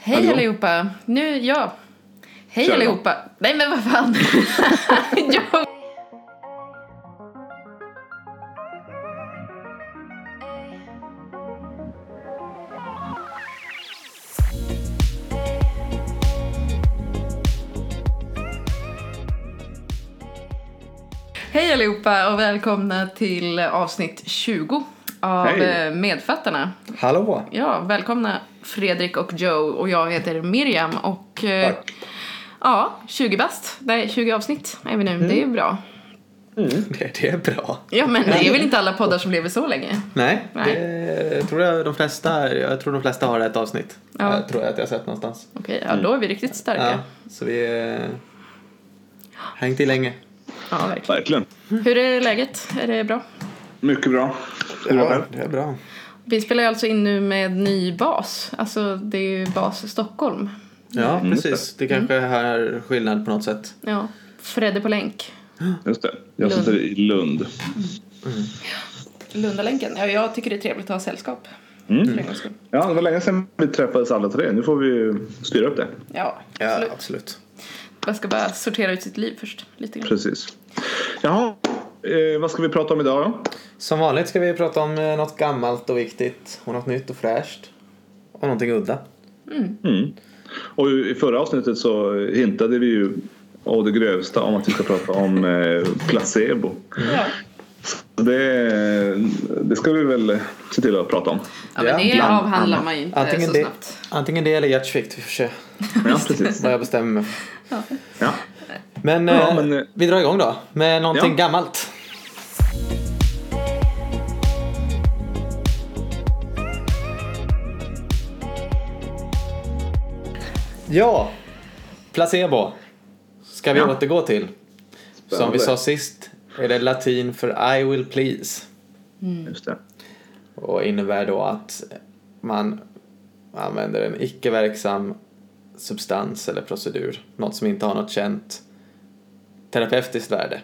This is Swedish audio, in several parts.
Hej allihopa. Hej Kör allihopa. Nej men vad fan. Jo. Hej allihopa och välkomna till avsnitt 20 av Medfattarna. Hallå! Ja, välkomna Fredrik och Joe och jag heter Miriam och ja, 20 bast. Nej, 20 avsnitt är vi nu. Det är bra. Det är bra. Ja, men det är väl inte alla poddar som lever så länge. Nej. Jag tror de flesta har ett avsnitt. Ja. Jag tror att jag har sett någonstans. Okej, ja, då är vi riktigt starka. Ja, så vi hängt i länge. Ja, verkligen. Verkligen. Hur är läget? Är det bra? Mycket bra. Ja, det är bra. Vi spelar ju alltså in nu med ny bas. Alltså det är ju bas Stockholm. Ja, precis. Det kanske är skillnad på något sätt. Ja, Fredde på länk. Just det. Jag sitter i Lund. Lundalänken. Ja, jag tycker det är trevligt att ha sällskap. För en gångs skull. Ja, det var länge sedan vi träffades alla tre. Nu får vi styra upp det. Ja, Ja, absolut. absolut. Man ska bara sortera ut sitt liv först. Lite grann. Precis. Jaha, vad ska vi prata om idag då? Som vanligt ska vi prata om något gammalt och viktigt. Och något nytt och fräscht. Och någonting udda. Och i förra avsnittet så hintade vi ju av det grövsta om att vi ska prata om placebo. Ja. Det ska vi väl se till att prata om. Ja, men det avhandlar man ju inte så snabbt. Antingen det eller hjärtsvikt. Vi får se. Ja, precis. Vad jag bestämmer mig. Ja. Men, vi drar igång då. Med någonting gammalt. Ja, placebo ska vi återgå till. Som vi sa sist är det latin för I will please. Just det. Och innebär då att man använder en icke-verksam substans eller procedur. Något som inte har något känt terapeutiskt värde.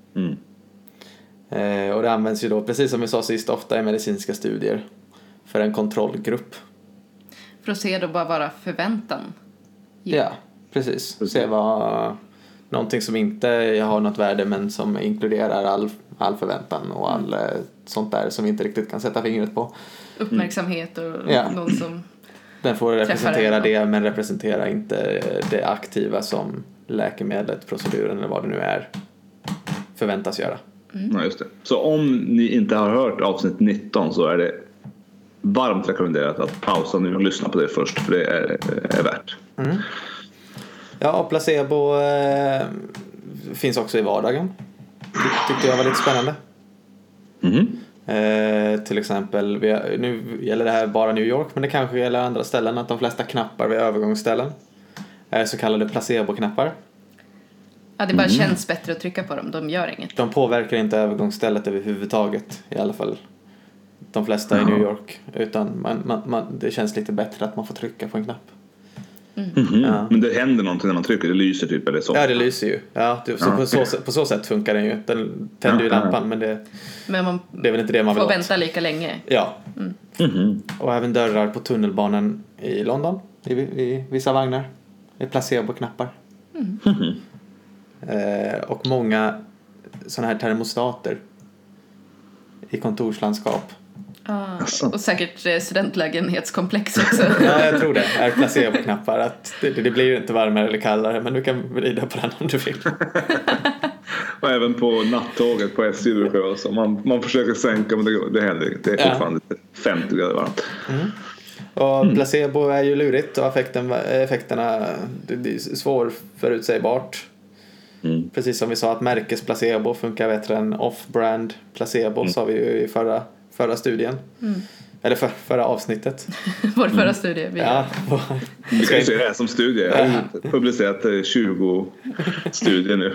Och det används ju då, precis som vi sa sist, ofta i medicinska studier för en kontrollgrupp. För att se då bara förväntan. Ja, precis. Se vad någonting som inte har något värde men som inkluderar all förväntan och all sånt där som vi inte riktigt kan sätta fingret på. Uppmärksamhet och någon som den får representera det men representerar inte det aktiva som läkemedlet, proceduren eller vad det nu är förväntas göra. Ja, just det. Så om ni inte har hört avsnitt 19 så är det varmt rekommenderat att pausa nu och lyssna på det först, för det är värt. Ja, och placebo finns också i vardagen. Tyckte jag var lite spännande. Till exempel, nu gäller det här bara New York, men det kanske gäller andra ställen, att de flesta knappar vid övergångsställen är så kallade placebo-knappar. Ja, det bara känns bättre att trycka på dem. De gör inget. De påverkar inte övergångsstället överhuvudtaget, i alla fall de flesta i New York, utan det känns lite bättre att man får trycka på en knapp. Ja. Men det händer någonting när man trycker, det lyser typ eller så. Ja, det lyser ju. Ja, på så sätt funkar den ju. Den tänder ju lampan, men det är väl inte det man vill får åt. vänta lika länge. Ja. Och även dörrar på tunnelbanan i London i vissa vagnar är placebo-knappar. Och många sådana här termostater i kontorslandskap. Och säkert studentlägenhetskomplex också. Ja, jag tror det är placebo-knappar. Att det blir ju inte varmare eller kallare, men du kan vrida på den om du vill. Och även på nattåget på SJ brukar det vara så. Man försöker sänka, men det händer inte. Det är fortfarande 50 grader varmt. Och placebo är ju lurigt och effekterna det är svårförutsägbart. Precis som vi sa att märkesplacebo funkar bättre än off-brand placebo, sa vi ju i förra studien. Eller förra avsnittet. Vår förra studie. Vi ska ju se det här som studie. Jag har publicerat 20 studier nu.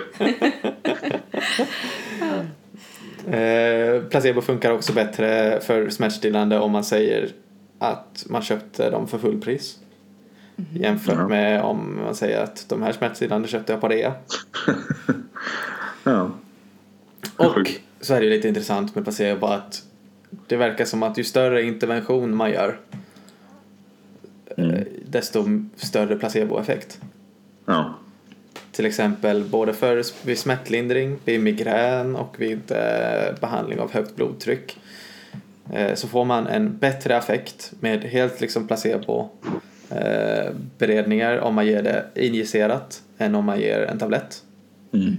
Placebo funkar också bättre för smärtstillande om man säger att man köpte dem för fullpris. Jämfört med om man säger att de här smärtstillande köpte jag på rea. Och så är det lite intressant med placebo att det verkar som att ju större intervention man gör desto större placeboeffekt. Ja. Till exempel både vid smärtlindring, vid migrän och vid behandling av högt blodtryck. Så får man en bättre effekt med helt liksom placebo beredningar om man ger det injicerat än om man ger en tablett. Mm.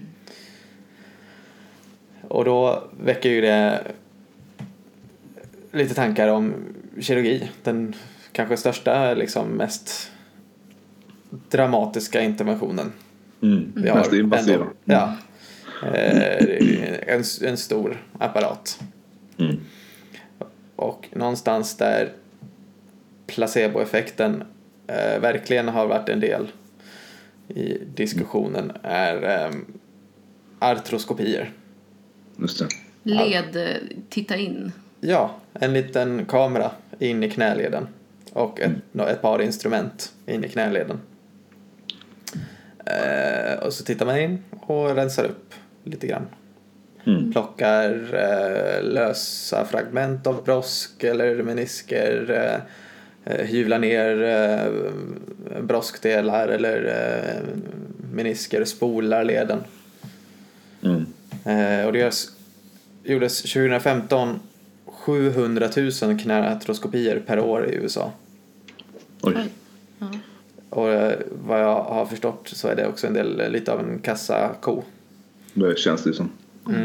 Och då väcker ju det lite tankar om kirurgi. Den kanske största, liksom mest dramatiska interventionen vi har. Mest invasiva. Ja. En stor apparat. Mm. Och någonstans där placeboeffekten verkligen har varit en del i diskussionen är artroskopier. Just det. Titta in. Ja, en liten kamera in i knäleden och ett par instrument in i knäleden. Och så tittar man in och rensar upp lite grann. Plockar lösa fragment av brosk eller menisker, hyvlar ner broskdelar eller menisker, spolar leden. Och det gjordes 2015 700 000 knäartroskopier per år i USA. Oj. Ja. Och vad jag har förstått så är det också lite av en kassako. Det känns det som.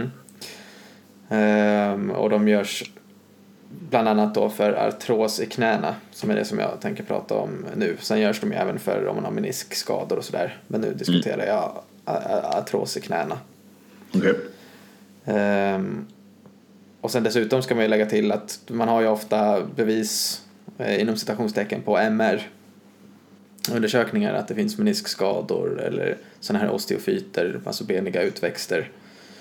Och de görs bland annat då för artros i knäna, som är det som jag tänker prata om nu. Sen görs de ju även för om man har meniskskador och sådär. Men nu diskuterar jag artros i knäna. Okej. Och sen dessutom ska man ju lägga till att man har ju ofta bevis inom citationstecken på MR-undersökningar att det finns meniskskador eller sådana här osteofyter, alltså beniga utväxter.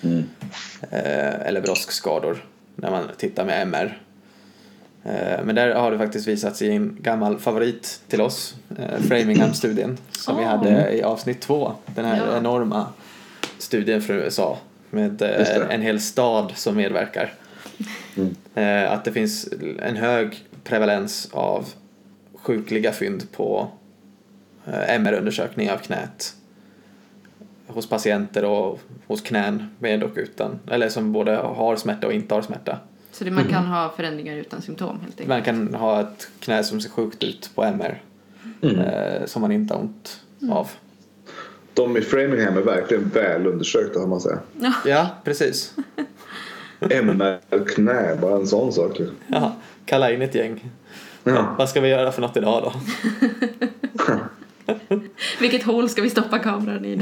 Eller broskskador när man tittar med MR. Men där har det faktiskt visats i en gammal favorit till oss, Framingham-studien som vi hade i avsnitt 2. Den här enorma studien från USA med en hel stad som medverkar. Att det finns en hög prevalens av sjukliga fynd på MR-undersökning av knät hos patienter och hos knän med och utan, eller som både har smärta och inte har smärta. Så man kan ha förändringar utan symptom helt enkelt? Man kan ha ett knä som ser sjukt ut på MR som man inte har ont av. De i Framingham är verkligen väl undersökta, har man säga. Ja, precis. MR-knä, bara en sån sak. Ja, kalla in ett gäng. Ja. Vad ska vi göra för något idag då? Vilket hål ska vi stoppa kameran i då?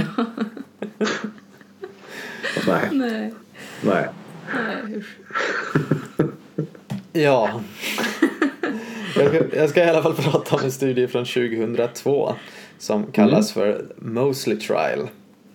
Nej. Nej, usch. Ja. Jag ska i alla fall prata om en studie från 2002 som kallas för Mosley Trial.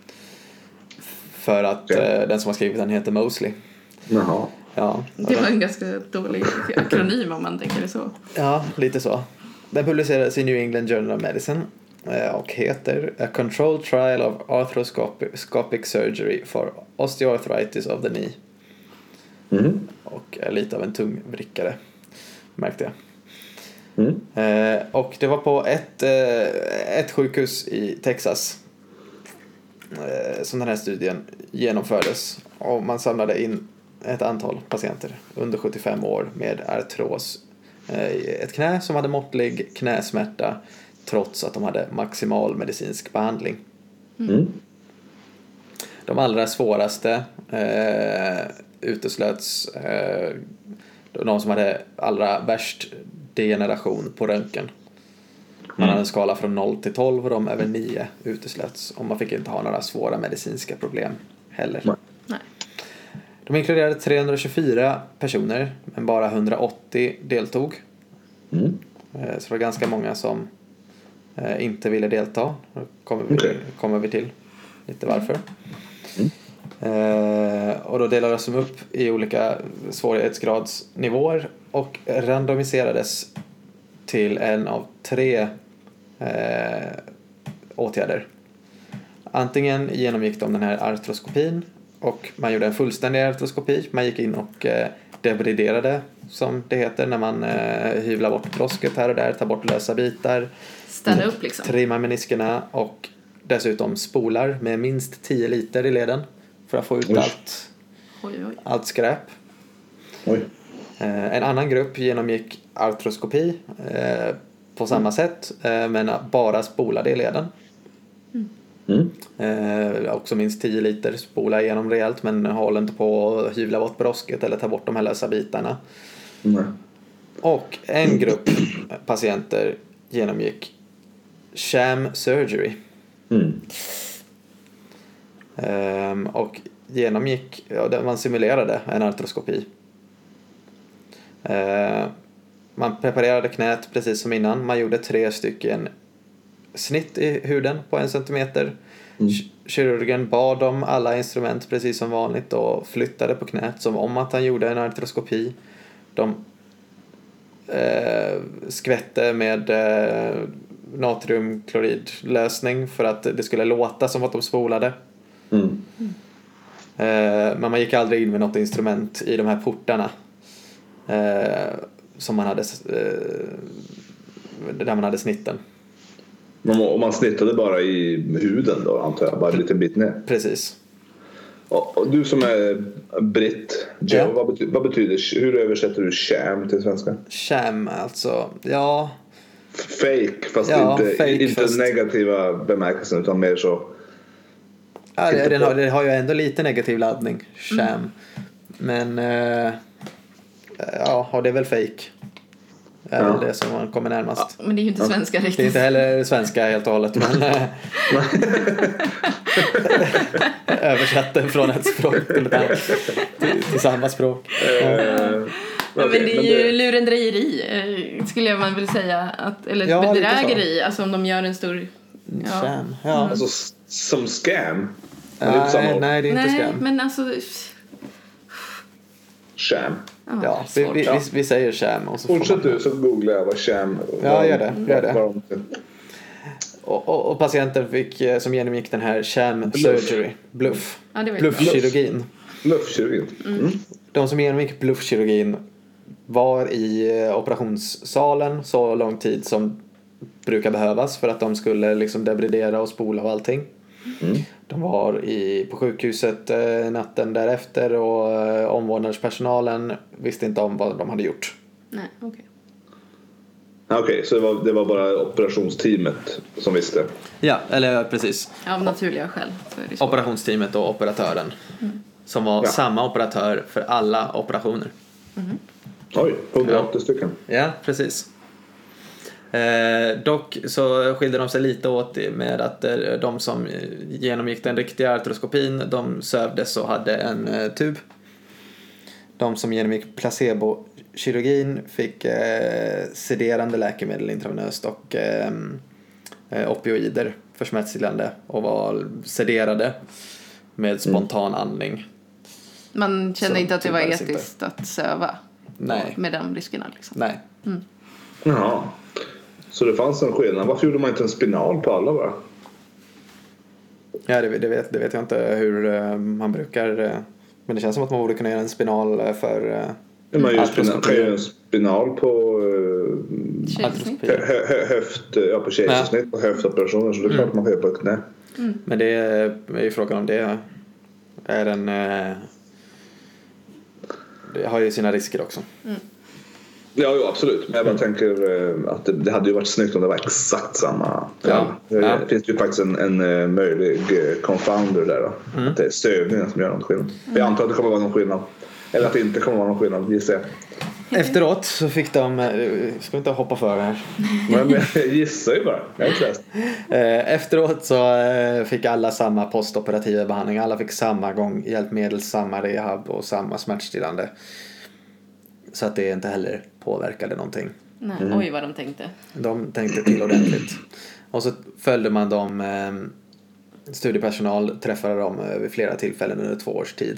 För att den som har skrivit den heter Mosley. Jaha. Ja. Det var en ganska dålig akronym om man tänker det så. Ja, lite så. Den publicerades i New England Journal of Medicine och heter A Controlled Trial of Arthroscopic Surgery for Osteoarthritis of the Knee. Och lite av en tung vrickare, märkte jag. Och det var på ett sjukhus i Texas som den här studien genomfördes. Och man samlade in ett antal patienter under 75 år med artros. Ett knä som hade måttlig knäsmärta trots att de hade maximal medicinsk behandling. De allra svåraste uteslöts de som hade allra värst degeneration på röntgen. Man hade en skala från 0 till 12 och de över 9 uteslöts. Och man fick inte ha några svåra medicinska problem heller. Nej. De inkluderade 324 personer men bara 180 deltog. Så det var ganska många som inte ville delta. Kommer vi till lite varför. Och då delades de upp i olika svårighetsgradsnivåer och randomiserades till en av 3 åtgärder. Antingen genomgick de den här artroskopin och man gjorde en fullständig artroskopi. Man gick in och debriderade, som det heter, när man hyvlar bort brosket här och där, tar bort lösa bitar, Städa upp liksom. trimmar meniskerna och dessutom spolar med minst 10 liter i leden för att få ut allt skräp. Oj. En annan grupp genomgick artroskopi på samma sätt, men bara spolade i leden. Också minst 10 liter, spola igenom rejält, men håll inte på att hyvla bort brosket eller ta bort de här lösa bitarna. Och en grupp patienter genomgick sham surgery. Och genomgick, man simulerade en artroskopi. Man preparerade knät precis som innan. Man gjorde 3 stycken snitt i huden på 1 centimeter. Kirurgen bad om alla instrument precis som vanligt och flyttade på knät som om att han gjorde en artroskopi. De skvätte med natriumkloridlösning för att det skulle låta som att de spolade. Men man gick aldrig in med något instrument i de här portarna som man hade där man hade snitten. Och man snittade bara i huden då, antar jag, bara en liten bit ner. Precis. Och du som är britt, Joe, vad betyder, hur översätter du sham till svenska? Sham, alltså, ja. Fake, fast inte negativa bemärkelsen, utan mer så. Ja, det har ju ändå lite negativ laddning, sham. Men ja, det är väl fake. Är väl det som man kommer närmast. Ja, men det är ju inte svenska riktigt. Det är inte heller svenska helt och hållet, men översätter från ett språk till samma språk. Men det är ju lurendrejeri, skulle man väl säga, eller bedrägeri, alltså om de gör en stor sham. Ja. Alltså som scam. Nej, det är inte scam. Men alltså sham. Ja, vi säger sham. Fortsätt du, så googlar jag vad sham. Ja, gör det. Och patienten fick, som genomgick den här sham surgery, bluffkirurgin. Bluffkirurgin. De som genomgick bluffkirurgin var i operationssalen så lång tid som brukar behövas för att de skulle liksom debridera och spola och allting. De var på sjukhuset natten därefter och omvårdnadspersonalen visste inte om vad de hade gjort. Nej, okej. Okej, så det var bara operationsteamet som visste. Ja, eller precis. Av naturliga skäl. Operationsteamet och operatören. Som var samma operatör för alla operationer. Oj, 180 stycken. Ja, precis. Dock så skilde de sig lite åt med att de som genomgick den riktiga artroskopin, de sövdes och hade en tub. De som genomgick placebo-kirurgin fick sederande läkemedel intravenöst och opioider för smärtstillande och var sederade med spontan andning. Man kände inte att det var etiskt att söva. Nej. Med de riskerna liksom. Nej. Jaha. Så det fanns en skillnad. Varför gjorde man inte en spinal på alla bara? Ja, det vet jag inte hur man brukar. Men det känns som att man borde kunna göra en spinal för man gör en spinal på höft, på kejsarsnitt och höftoperationer, så det är klart man kan göra på ett knä. Men det är ju frågan om det är en det har ju sina risker också. Ja, jo, absolut. Men jag bara tänker att det hade ju varit snyggt om det var exakt samma. Det finns ju faktiskt en möjlig confounder där då. Att det är sövningen som gör någon skillnad. Jag antar att det kommer vara någon skillnad. Eller att det inte kommer vara någon skillnad, gissar jag. Efteråt så fick de, ska inte hoppa för det här. Men jag gissar ju bara. Jag har inte läst. Efteråt så fick alla samma postoperativa behandling. Alla fick samma gång hjälpmedel, samma rehab och samma smärtstillande. Så att det inte heller påverkade någonting. Nej, oj vad de tänkte. De tänkte till ordentligt. Och så följde man dem, studiepersonal träffade dem vid flera tillfällen under 2 års tid.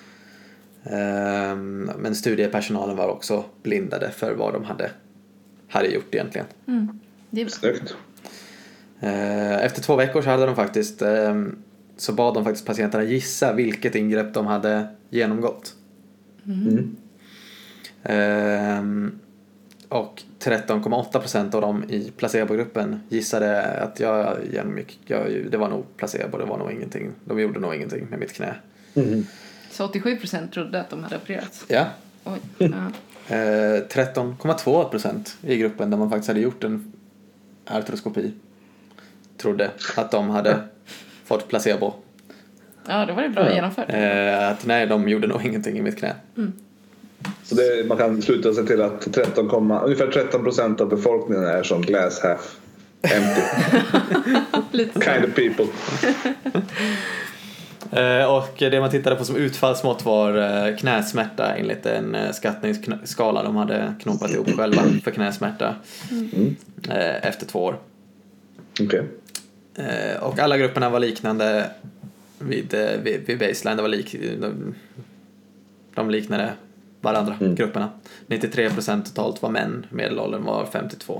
Men studiepersonalen var också blindade för vad de hade gjort egentligen. Det är snyggt. Efter 2 veckor så hade de faktiskt så bad de faktiskt patienterna gissa vilket ingrepp de hade genomgått. Och 13,8% av dem i placebogruppen gissade att det var nog placebo, det var nog ingenting. De gjorde nog ingenting med mitt knä. Så 87% trodde att de hade opererats? Ja. Oj. Ja. 13,2% i gruppen där man faktiskt hade gjort en artroskopi trodde att de hade fått placebo. Ja, det var det bra genomfört. Att nej, de gjorde nog ingenting i mitt knä. Så man kan sluta sig till att ungefär 13% av befolkningen är som glass half empty. Kind of people. Och det man tittade på som utfallsmått var knäsmärta enligt en skattningsskala de hade knoppat ihop själva för knäsmärta efter 2 år. Okay. Och alla grupperna var liknande vid baseline. De liknade varandra, grupperna. 93% totalt var män, medelåldern var 52.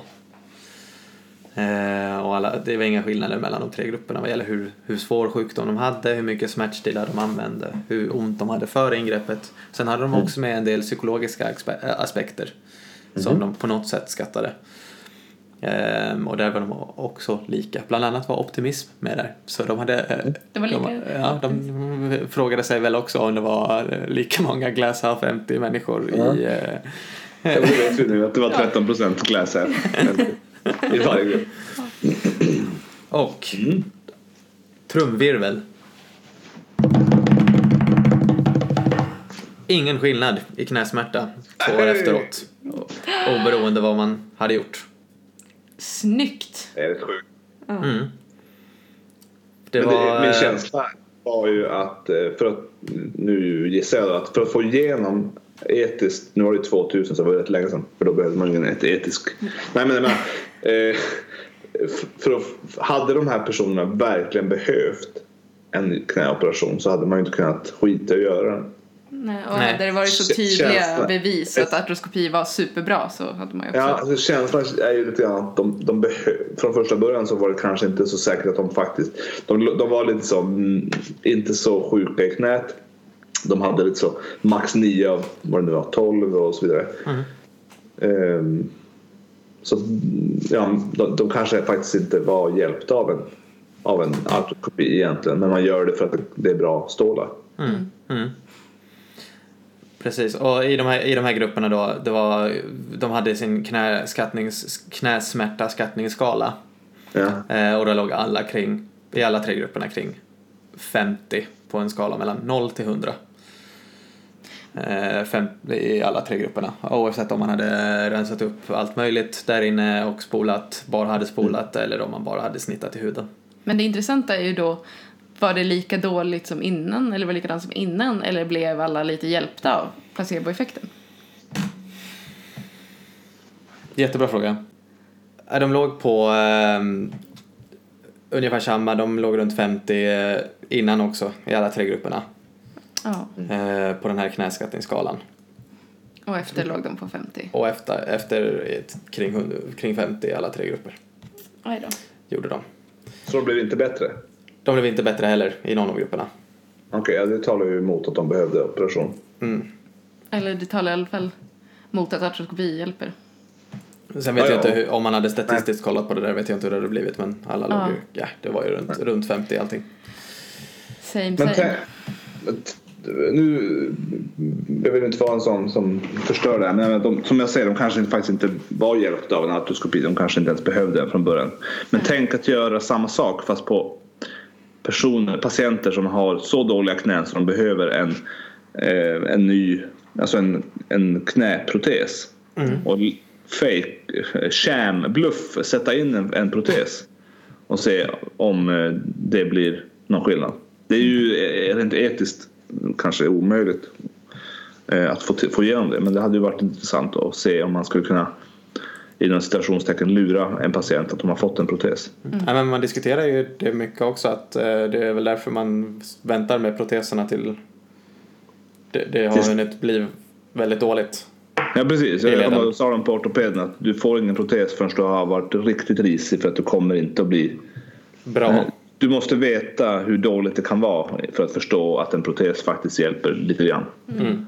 Och det var inga skillnader mellan de 3 grupperna vad gäller hur svår sjukdom de hade, hur mycket smärtstillare de använde, hur ont de hade före ingreppet. Sen hade de också med en del psykologiska aspekter som de på något sätt skattade. Och där var de också lika. Bland annat var optimism med där. Så de hade det var lika. De frågade sig väl också om det var lika många glass half empty människor i jag vet ju nu att det var 13% glass half i varje grupp. Och trumvirvel. Ingen skillnad i knäsmärta 2 år efteråt. Oberoende vad man hade gjort. Snyggt. Det är rätt sjukt. Min känsla var ju att nu gissar jag att för att få igenom etiskt, nu var det 2000 så var det rätt länge sedan, för då behövde man ju en etisk. Nej men för att, hade de här personerna verkligen behövt en knäoperation så hade man ju inte kunnat skita och göra den. Nej, och hade det varit så tydliga bevis att artroskopi var superbra så hade man ju också... Ja, alltså känslan är ju lite grann att de från första början så var det kanske inte så säkert att de faktiskt... De var lite så, inte så sjuka i knät. De hade lite så max 9 av vad det nu var, 12 och så vidare. Så ja, de kanske faktiskt inte var hjälpta av en artroskopi egentligen. Men man gör det för att det är bra stålar. Precis, och i de här grupperna då, de hade sin knäsmärta skattningsskala. Ja. Och då låg i alla 3 grupperna kring 50 på en skala mellan 0 till 100. I alla 3 grupperna. Oavsett om man hade rensat upp allt möjligt där inne och bara hade spolat eller om man bara hade snittat i huden. Men det intressanta är ju då, var det lika dåligt som innan eller var det likadant som innan eller blev alla lite hjälpta av placeboeffekten? Jättebra fråga. De låg på ungefär samma, de låg runt 50 innan också i alla 3 grupperna. Ja. På den här knäskattningsskalan. Och efter låg de på 50. Och efter kring 50 i alla 3 grupper. Aj då. Gjorde de. Så de blev inte bättre? De blev inte bättre heller i någon av grupperna. Okej, det talar ju emot att de behövde operation. Eller det talar i alla fall mot att artroskopi hjälper. Sen vet jag inte om man hade statistiskt kollat på det där, vet jag inte hur det hade blivit, men alla låg ju, det var ju runt 50 allting. Same. Nu jag vill inte vara en sån som förstör det här, men som jag säger, de kanske faktiskt inte var hjälpta av en artroskopi, de kanske inte ens behövde den från början. Men tänk att göra samma sak fast på patienter som har så dåliga knän så de behöver en ny, alltså en knäprotes. Och sham bluff, sätta in en protes och se om det blir någon skillnad. Det är ju rent etiskt kanske omöjligt att få igenom det, men det hade ju varit intressant att se om man skulle kunna i någon citationstecken lura en patient att de har fått en protes. Ja, men man diskuterar ju det mycket också, att det är väl därför man väntar med proteserna till det har hunnit bli väldigt dåligt. Ja, precis. Jag sa de på ortopeden att du får ingen protes förrän du har varit riktigt risig, för att du kommer inte att bli bra. Du måste veta hur dåligt det kan vara för att förstå att en protes faktiskt hjälper lite grann.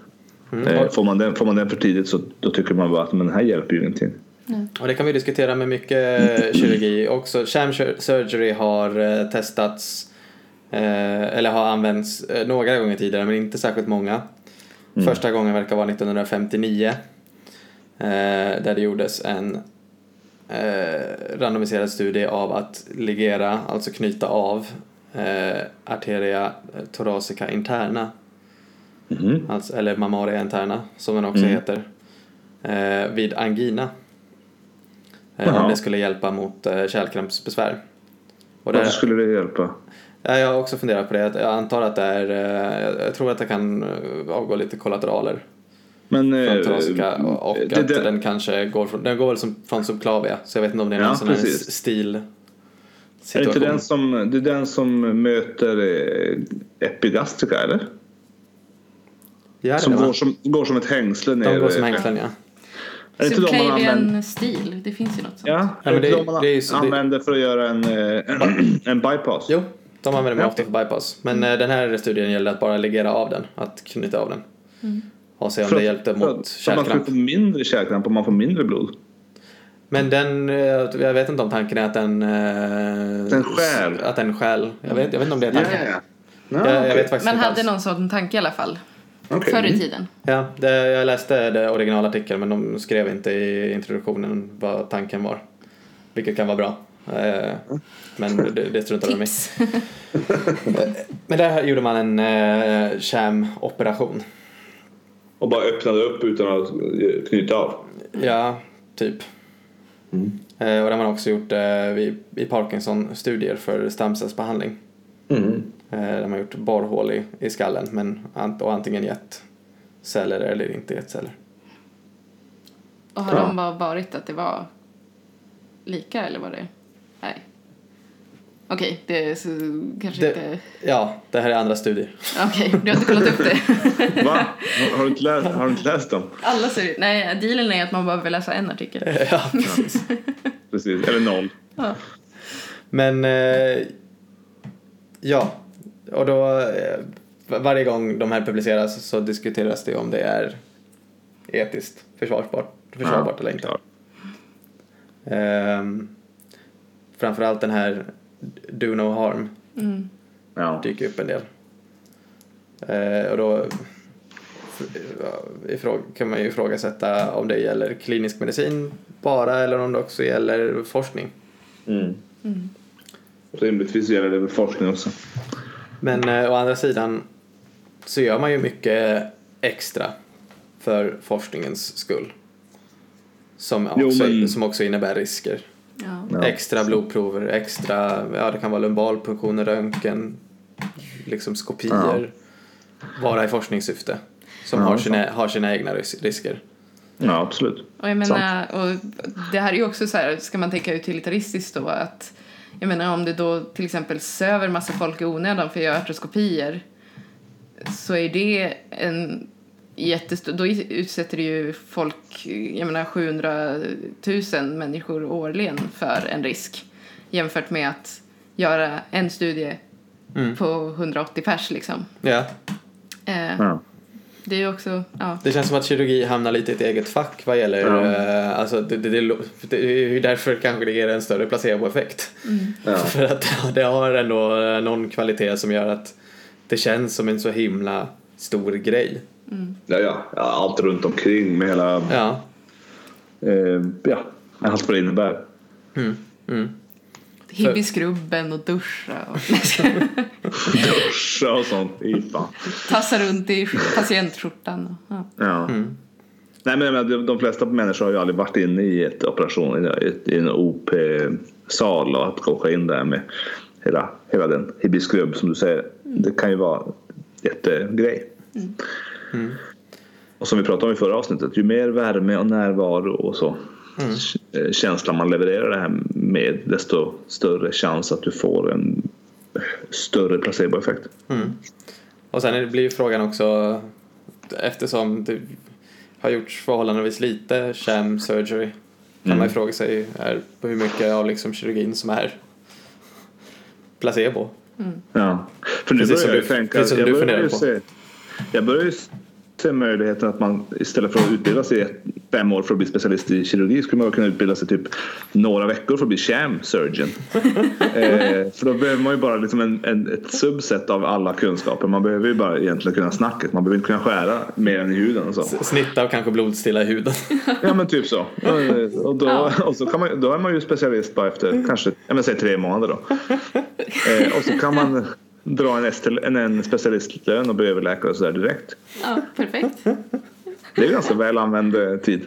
Får man den för tidigt så då tycker man bara att men det här hjälper ju ingenting. Och det kan vi diskutera med mycket kirurgi också. Sham surgery har testats eller har använts några gånger tidigare, men inte särskilt många. Första gången verkar vara 1959 där det gjordes en randomiserad studie av att ligera, alltså knyta av arteria thoracica interna, alltså, eller mammaria interna som den också heter, vid angina. Om det skulle hjälpa mot kärlkrämpsbesvär. Varför skulle det hjälpa? Jag har också funderat på det. Jag antar att det är, jag tror att det kan avgå lite kollateraler. Men från thoracica och att den kanske går från subclavia. Så jag vet inte om det är någon sån här stil situation. Är inte den som möter epigastrika, eller? Ja, som går som ett hängsle ner. De går som hängslen, ja. Subclavian stil, det finns ju något sånt. Ja, men det använder för att göra en bypass. Jo, de använder mig ofta för bypass. Men den här studien gäller att bara ligera av den, att knyta av den. Och se om det hjälpte mot kärlkramp. Man får mindre kärlkramp och man får mindre blod. Men jag vet inte om tanken är att den skäl. Att den skäl. Jag vet inte om det är tanken. Jag vet faktiskt man inte hade alls. någon sån tanke i alla fall. Förr i tiden. Ja, jag läste det originalartikeln, men de skrev inte i introduktionen vad tanken var. Vilket kan vara bra. Men det struntar de i. Men där gjorde man en sham-operation. Och bara öppnade upp utan att knyta av? Ja, typ. Och det har man också gjort i Parkinson-studier för stamcellsbehandling. Där man har gjort borrhål i skallen, och antingen gett celler eller inte gett celler. Och har de bara varit att det var lika, eller var det? Nej. Okej, det är kanske inte... Ja, det här är andra studier. Okej, du har inte kollat upp det. Va? Har du inte läst dem? Alla studier. Nej, dealen är att man bara vill läsa en artikel. Ja, precis. Precis, eller noll. Ja. Men ja, och då varje gång de här publiceras så diskuteras det om det är etiskt försvarbart eller inte. Framförallt den här do no harm dyker upp en del. Och då kan man ju ifrågasätta om det gäller klinisk medicin bara eller om det också gäller forskning. Rimligtvis gäller det med forskning också. Men å andra sidan så gör man ju mycket extra för forskningens skull. Som också innebär risker. Ja. Extra blodprover, det kan vara lumbalpunktioner, röntgen, liksom skopier, bara i forskningssyfte som har sina egna risker. Ja, absolut. Och jag menar, och det här är ju också så här, ska man tänka utilitaristiskt då, att jag menar om det då till exempel söver massa folk i onödan för att göra artroskopier, så är det en jättestor, då utsätter det ju folk, jag menar 700 000 människor årligen för en risk jämfört med att göra en studie på 180 pers liksom. Ja. Det är ju också, Det känns som att kirurgi hamnar lite i ett eget fack vad gäller alltså det är ju därför kanske det ger en större placeboeffekt. För att det har ändå någon kvalitet som gör att det känns som en så himla stor grej. Ja, allt runt omkring med hela allt vad det innebär. Hippie-skrubben och duscha och sånt. Tassa runt i patientskjortan. Nej, men de flesta människor har ju aldrig varit inne i ett operation i en OP-sal och att åka in där med hela den hippie-skrubb som du säger. Det kan ju vara jättegrej. Och som vi pratade om i förra avsnittet, ju mer värme och närvaro och så känslan man levererar det här med, desto större chans att du får en större placeboeffekt. Och sen blir ju frågan också, eftersom det har gjorts förhållandevis lite sham surgery, kan man fråga sig på hur mycket av liksom kirurgin som är placebo. Ja, för nu börjar jag tänka, jag börjar ju se möjligheten att man istället för att utbilda sig 5 år för att bli specialist i kirurgi skulle man kunna utbilda sig typ några veckor för att bli sham surgeon. För då behöver man ju bara liksom ett subset av alla kunskaper. Man behöver ju bara egentligen kunna snacket. Man behöver inte kunna skära mer än i huden och så. Snitta och kanske blodstilla i huden. Ja, men typ så. Och så kan man, då är man ju specialist bara efter kanske, säg 3 månader då. Och så kan man dra en specialistlön och bli överläkare och så där direkt. Ja, perfekt. Det är ganska väl använd tid.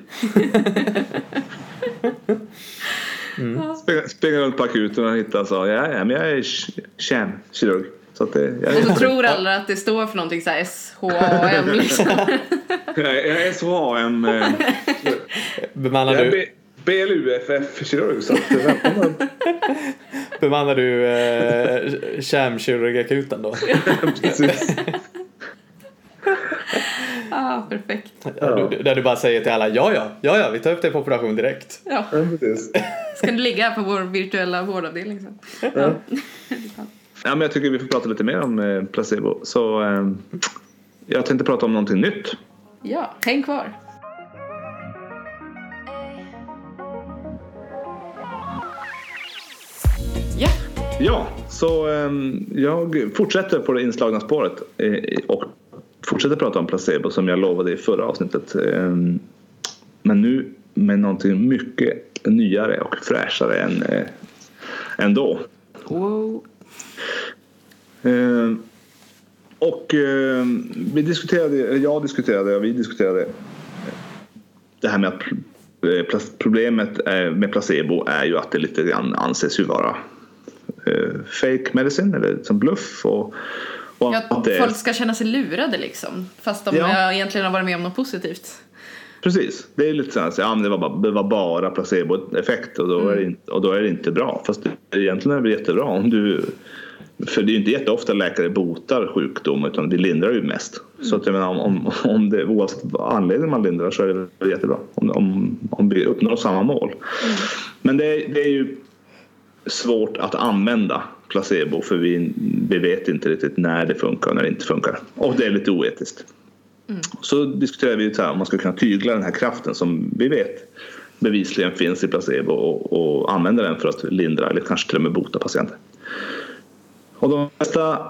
Springa runt på akuten och hitta så. Men jag är kirurg. Så att och så tror alla att det står för någonting så här SHAM liksom. Jag är SHAM. Bemannar du BLUFF-kirurg. Så bemannar du kärmkirurgakuten då? Precis. Perfekt. Där du bara säger till alla, ja, vi tar upp det på operation direkt. Ja, precis. Ska du ligga här på vår virtuella vårdavdelning sen? Ja. Ja, men jag tycker vi får prata lite mer om placebo. Så jag tänkte prata om någonting nytt. Ja, häng kvar. Ja, så jag fortsätter på det inslagna spåret och fortsätter prata om placebo som jag lovade i förra avsnittet. Men nu med någonting mycket nyare och fräschare än då. Wow. Vi diskuterade det här med att problemet med placebo är ju att det lite grann anses ju vara fake medicine eller som bluff och att folk ska känna sig lurade liksom, fast de egentligen har varit med om något positivt. Precis, det är lite så här, men det var bara placeboeffekt och då är det inte bra, fast egentligen är det jättebra för det är ju inte jätteofta läkare botar sjukdom, utan det lindrar ju mest. Så att jag menar, om det oavsett anledning man lindrar så är det jättebra om vi uppnår samma mål. Men det är ju svårt att använda placebo, för vi vet inte riktigt när det funkar och när det inte funkar, och det är lite oetiskt. Så diskuterar vi om man ska kunna tygla den här kraften som vi vet bevisligen finns i placebo och använda den för att lindra eller kanske till och med bota patienter. Och de flesta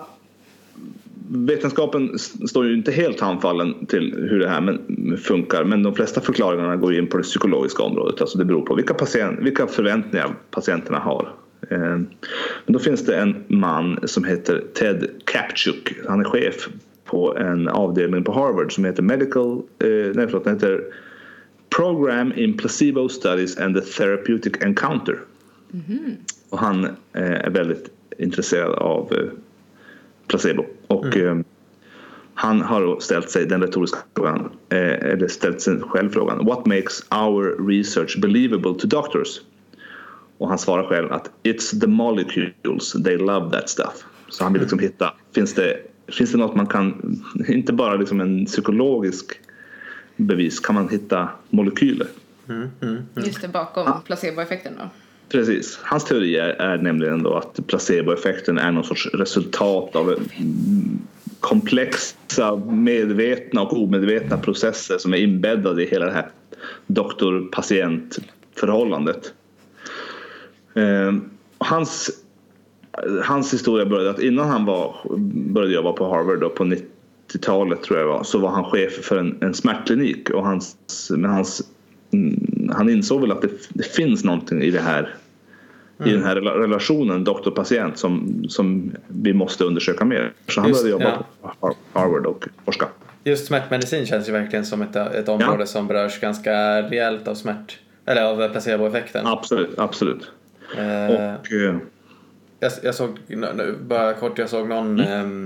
vetenskapen står ju inte helt handfallen till hur det här funkar, men de flesta förklaringarna går in på det psykologiska området. Alltså det beror på vilka förväntningar patienterna har. Men då finns det en man som heter Ted Kaptchuk. Han är chef på en avdelning på Harvard som heter den heter Program in Placebo Studies and the Therapeutic Encounter. Och han är väldigt intresserad av placebo. Och han har ställt sig den retoriska frågan, eller ställt sig själv frågan: What makes our research believable to doctors? Och han svarar själv att it's the molecules, they love that stuff. Så han vill liksom hitta, finns det något man kan, inte bara liksom en psykologisk bevis, kan man hitta molekyler? Just det, bakom placeboeffekten då. Precis. Hans teori är nämligen då att placeboeffekten är någon sorts resultat av komplexa medvetna och omedvetna processer som är inbäddade i hela det här doktor-patient-förhållandet. Hans historia började att innan han började jobba på Harvard då, på 90-talet tror jag var, så var han chef för en smärtklinik, och han insåg väl att det finns någonting i det här i den här relationen doktor-patient som vi måste undersöka mer. Så han började jobba på Harvard och forska. Just smärtmedicin känns ju verkligen som ett område som berörs ganska rejält av av placeboeffekten. Absolut. Jag såg jag såg någon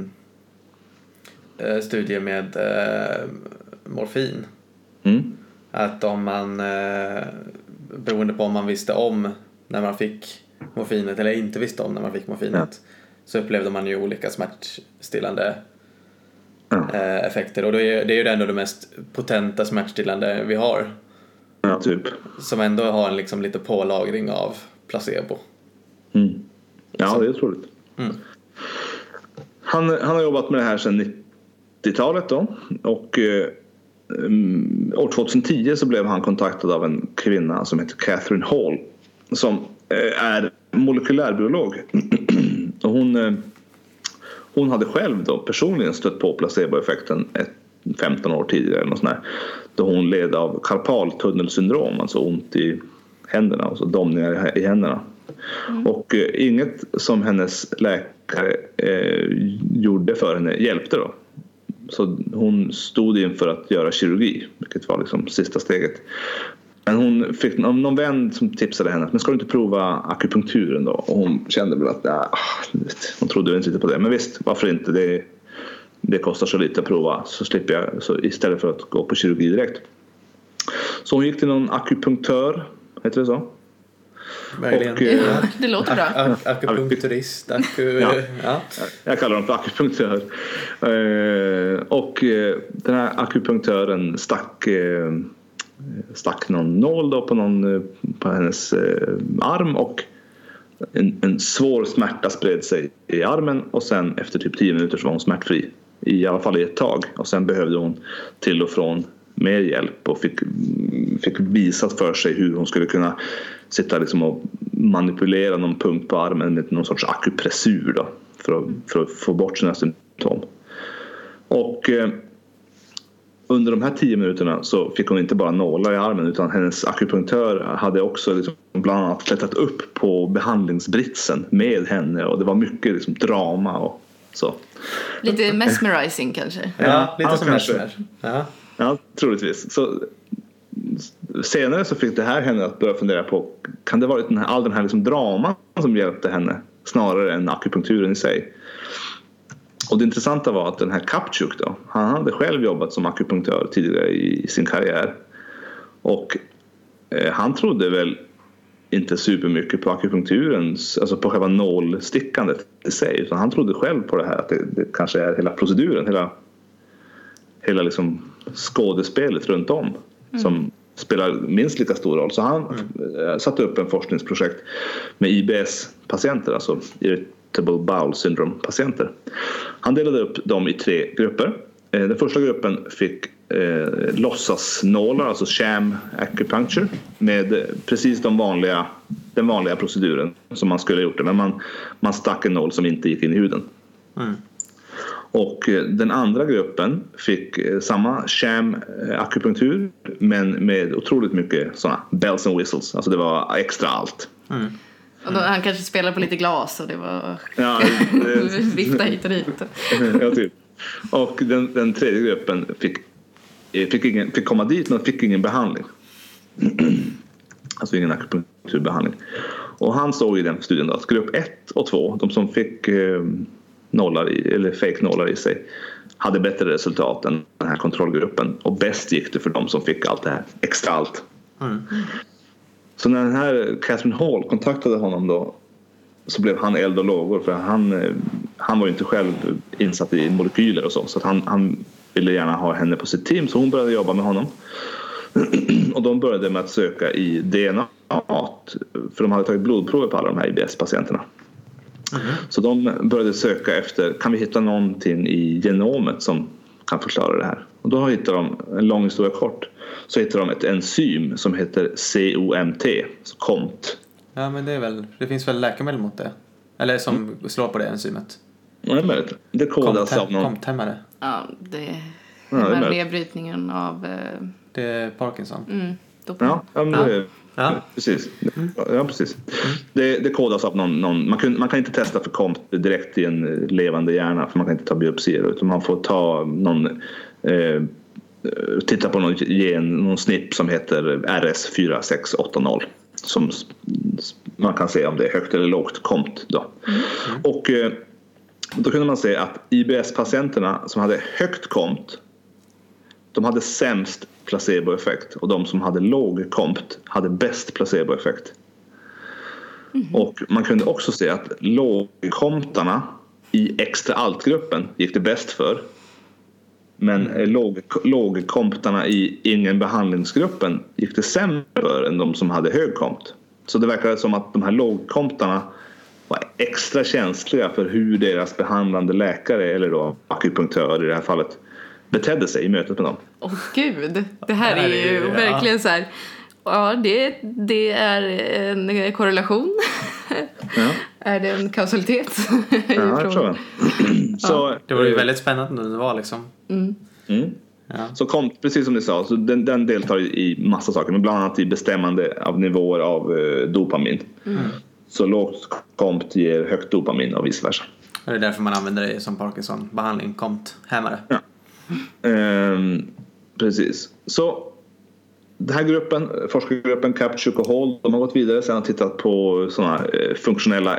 studie med morfin. Att om man beroende på om man visste om när man fick morfinet eller inte visste om när man fick morfinet, så upplevde man ju olika smärtstillande effekter, och det är ju ändå det mest potenta smärtstillande vi har. Ja, typ. Som ändå har en liksom lite pålagring av placebo. Ja, det är otroligt. Han har jobbat med det här sedan 90-talet då, och år 2010 så blev han kontaktad av en kvinna som heter Catherine Hall som är molekylärbiolog. Och hon hade själv då personligen stött på placeboeffekten 15 år tidigare eller något sånt där, då hon led av karpaltunnelsyndrom, alltså ont i händerna, alltså domningar i händerna. Och inget som hennes läkare gjorde för henne hjälpte då. Så hon stod inför att göra kirurgi, vilket var liksom sista steget. Men hon fick någon vän som tipsade henne att men ska du inte prova akupunkturen då? Och hon kände väl att hon trodde inte lite på det. Men visst, varför inte? Det kostar så lite att prova, så slipper jag, så istället för att gå på kirurgi direkt. Så hon gick till någon akupunktör, heter det så? Möjligen. Det låter bra. Akupunkturist. Ja. Jag kallar dem för akupunktör. Och den här akupunktören stack någon nål då på hennes arm, och en svår smärta spred sig i armen, och sen efter typ 10 minuter så var hon smärtfri, i alla fall i ett tag, och sen behövde hon till och från mer hjälp och fick visat för sig hur hon skulle kunna sitta liksom och manipulera någon punkt på armen med någon sorts akupressur då, för att få bort sina symptom. Och under de här 10 minuterna så fick hon inte bara nålar i armen, utan hennes akupunktör hade också liksom bland annat klättrat upp på behandlingsbritsen med henne, och det var mycket liksom drama och så. Lite mesmerizing kanske. Ja, lite som mesmer. Ja, troligtvis. Så senare så fick det här henne att börja fundera på, kan det varit all den här liksom draman som hjälpte henne snarare än akupunkturen i sig? Och det intressanta var att den här Kapchuk då, han hade själv jobbat som akupunktör tidigare i sin karriär. Och han trodde väl inte supermycket på akupunkturens, alltså på själva nålstickandet i sig, utan han trodde själv på det här att det kanske är hela proceduren, hela liksom skådespelet runt om som spelar minst lika stor roll. Så han satte upp en forskningsprojekt med IBS-patienter, alltså Irritable Bowel Syndrome-patienter. Han delade upp dem i 3 grupper. Den första gruppen fick låtsasnålar, alltså sham acupuncture, med precis den vanliga proceduren som man skulle ha gjort det, men man stack en nål som inte gick in i huden. Och den andra gruppen fick samma sham akupunktur, men med otroligt mycket såna bells and whistles, alltså det var extra allt. Och då, han kanske spelade på lite glas och det var vifta hit och dit. Ja, typ. Och den tredje gruppen fick komma dit, men fick ingen behandling. Alltså ingen akupunkturbehandling. Och han såg i den studien då att grupp 1 och 2, de som fick nålar eller fake-nålar i sig, hade bättre resultat än den här kontrollgruppen, och bäst gick det för de som fick allt det här extra allt. Så när den här Catherine Hall kontaktade honom då, så blev han eld och lågor, för han var ju inte själv insatt i molekyler och så att han ville gärna ha henne på sitt team, så hon började jobba med honom. Och de började med att söka i DNA, för de hade tagit blodprover på alla de här IBS-patienterna. Så de började söka efter, kan vi hitta någonting i genomet som kan förklara det här? Och då hittade de, en lång historia kort, så hittade de ett enzym som heter COMT, så COMT. Ja, men det finns väl läkemedel mot det? Eller som slår på det enzymet? Ja, det kodas av någon... COMT-hämmare. Ja, det är nedbrytningen av... Det är Parkinson. Precis. Ja, precis. Det kodas av någon man kan inte testa för COMT direkt i en levande hjärna, för man kan inte ta biopsier, utan man får ta någon titta på någon snipp som heter RS4680, som man kan se om det är högt eller lågt COMT då. Och då kunde man se att IBS-patienterna som hade högt COMT, de hade sämst placeboeffekt, och de som hade låg COMT hade bäst placeboeffekt. Och man kunde också se att låg-COMTarna i extra alt-gruppen gick det bäst för, men låg-COMTarna i ingen behandlingsgruppen gick det sämre för än de som hade hög COMT. Så det verkade som att de här låg-COMTarna var extra känsliga för hur deras behandlande läkare, eller då akupunktör i det här fallet, betedde sig i mötet med dem. Gud, det här är ju verkligen så här. Ja, det är en korrelation. Ja. Är det en kausalitet? Ja, jag tror det. Så, det var ju väldigt spännande när det var liksom. Ja. Så kom, precis som ni sa, så den deltar i massa saker, men bland annat i bestämmande av nivåer av dopamin. Så lågt kompt ger högt dopamin och vice versa. Och det är därför man använder det som Parkinson-behandling, kompt-hämmare. Ja. Precis. Så den här gruppen, forskargruppen Capture Hall, de har gått vidare sen och tittat på sådana funktionella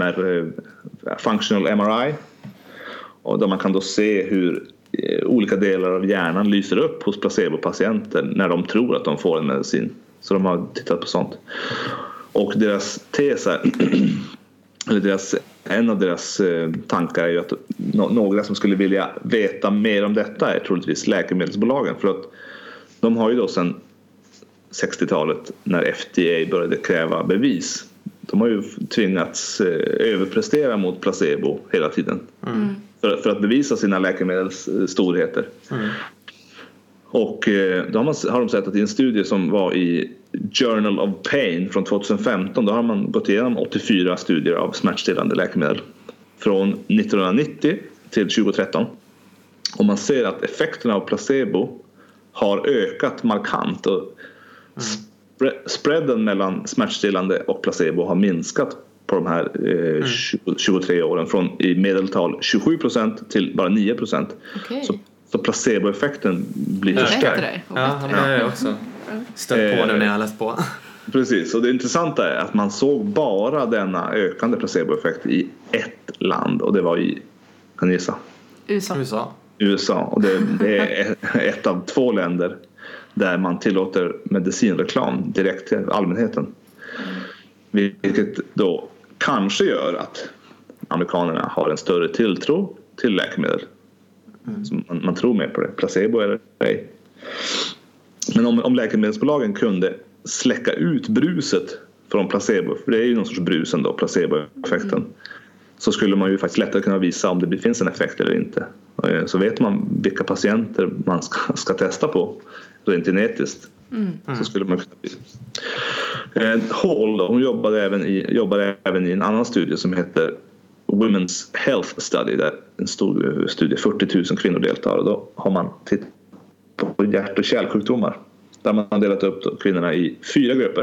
functional MRI. Och där man kan då se hur olika delar av hjärnan lyser upp hos placebopatienter när de tror att de får en medicin. Så de har tittat på sånt. Och deras tes är, eller en av deras tankar är ju att några som skulle vilja veta mer om detta är troligtvis läkemedelsbolagen. För att de har ju då sedan 60-talet när FDA började kräva bevis. De har ju tvingats överprestera mot placebo hela tiden. För att bevisa sina läkemedels storheter. Och då har de sett att i en studie som var i Journal of Pain från 2015, då har man gått igenom 84 studier av smärtstillande läkemedel från 1990 till 2013. Och man ser att effekterna av placebo har ökat markant och spreaden mellan smärtstillande och placebo har minskat på de här 23 åren från i medeltal 27% till bara 9%. Okay. Så placeboeffekten blir förstärkt. Ja, det har jag också stött på nu när jag har läst på. Precis, och det intressanta är att man såg bara denna ökande placeboeffekt i ett land, och det var i, kan ni gissa? USA, och det är ett av 2 länder där man tillåter medicinreklam direkt till allmänheten. Vilket då kanske gör att amerikanerna har en större tilltro till läkemedel. Så man tror mer på det, placebo eller ej. Men om läkemedelsbolagen kunde släcka ut bruset från placebo, för det är ju någon sorts brus ändå, placeboeffekten, så skulle man ju faktiskt lättare kunna visa om det finns en effekt eller inte. Så vet man vilka patienter man ska testa på rent genetiskt. Så skulle man kunna Hall då, hon jobbar även i en annan studie som heter Women's Health Study, där en stor studie, 40 000 kvinnor deltar, och då har man tittat på hjärt- och kärlsjukdomar där man har delat upp kvinnorna i 4 grupper.